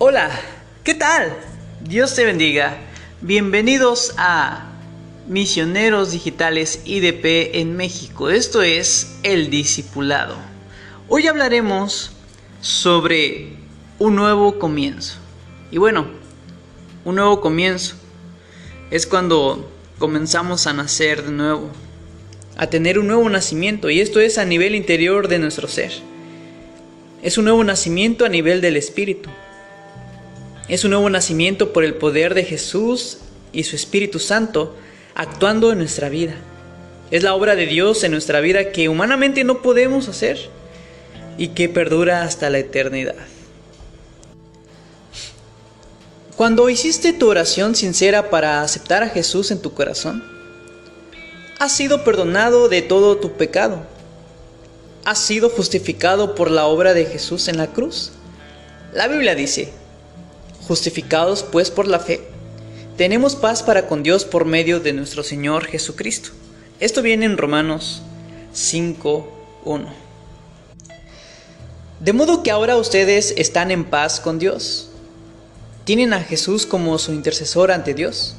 Hola, ¿qué tal? Dios te bendiga. Bienvenidos a Misioneros Digitales IDP en México. Esto es El Discipulado. Hoy hablaremos sobre un nuevo comienzo. Y bueno, un nuevo comienzo es cuando comenzamos a nacer de nuevo, a tener un nuevo nacimiento, y esto es a nivel interior de nuestro ser. Es un nuevo nacimiento a nivel del espíritu. Es un nuevo nacimiento por el poder de Jesús y su Espíritu Santo actuando en nuestra vida. Es la obra de Dios en nuestra vida que humanamente no podemos hacer y que perdura hasta la eternidad. Cuando hiciste tu oración sincera para aceptar a Jesús en tu corazón, has sido perdonado de todo tu pecado. Has sido justificado por la obra de Jesús en la cruz. La Biblia dice: justificados pues por la fe, tenemos paz para con Dios por medio de nuestro Señor Jesucristo. Esto viene en Romanos 5:1. De modo que ahora ustedes están en paz con Dios. Tienen a Jesús como su intercesor ante Dios.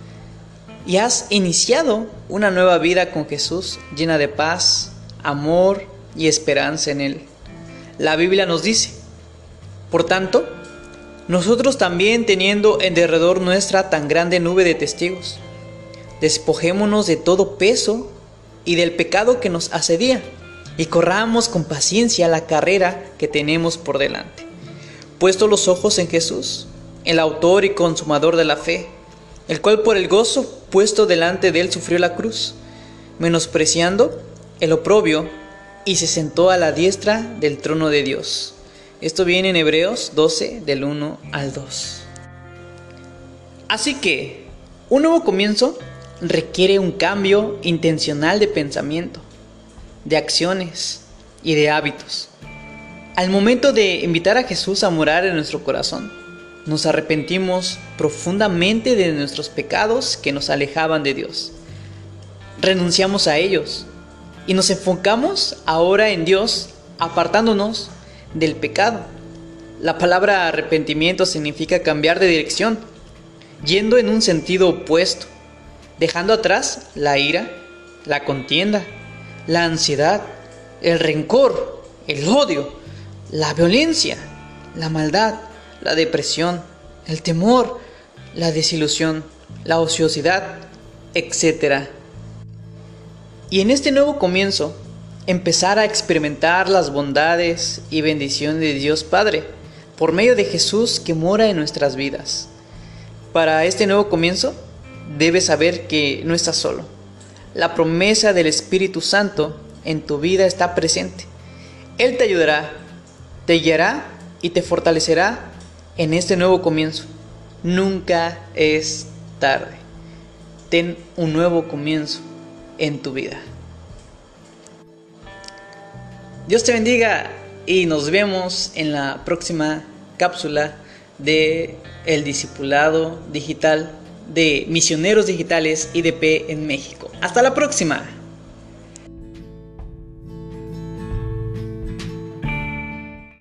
Y has iniciado una nueva vida con Jesús, llena de paz, amor y esperanza en Él. La Biblia nos dice: por tanto, nosotros también, teniendo en derredor nuestra tan grande nube de testigos, despojémonos de todo peso y del pecado que nos asedia, y corramos con paciencia la carrera que tenemos por delante, puesto los ojos en Jesús, el autor y consumador de la fe, el cual por el gozo puesto delante de él sufrió la cruz, menospreciando el oprobio, y se sentó a la diestra del trono de Dios. Esto viene en Hebreos 12, del 1 al 2. Así que, un nuevo comienzo requiere un cambio intencional de pensamiento, de acciones y de hábitos. Al momento de invitar a Jesús a morar en nuestro corazón, nos arrepentimos profundamente de nuestros pecados que nos alejaban de Dios. Renunciamos a ellos y nos enfocamos ahora en Dios, apartándonos del pecado. La palabra arrepentimiento significa cambiar de dirección, yendo en un sentido opuesto, dejando atrás la ira, la contienda, la ansiedad, el rencor, el odio, la violencia, la maldad, la depresión, el temor, la desilusión, la ociosidad, etc. Y en este nuevo comienzo, empezar a experimentar las bondades y bendiciones de Dios Padre por medio de Jesús que mora en nuestras vidas. Para este nuevo comienzo, debes saber que no estás solo. La promesa del Espíritu Santo en tu vida está presente. Él te ayudará, te guiará y te fortalecerá en este nuevo comienzo. Nunca es tarde. Ten un nuevo comienzo en tu vida. Dios te bendiga y nos vemos en la próxima cápsula de El Discipulado Digital de Misioneros Digitales IDP en México. Hasta la próxima.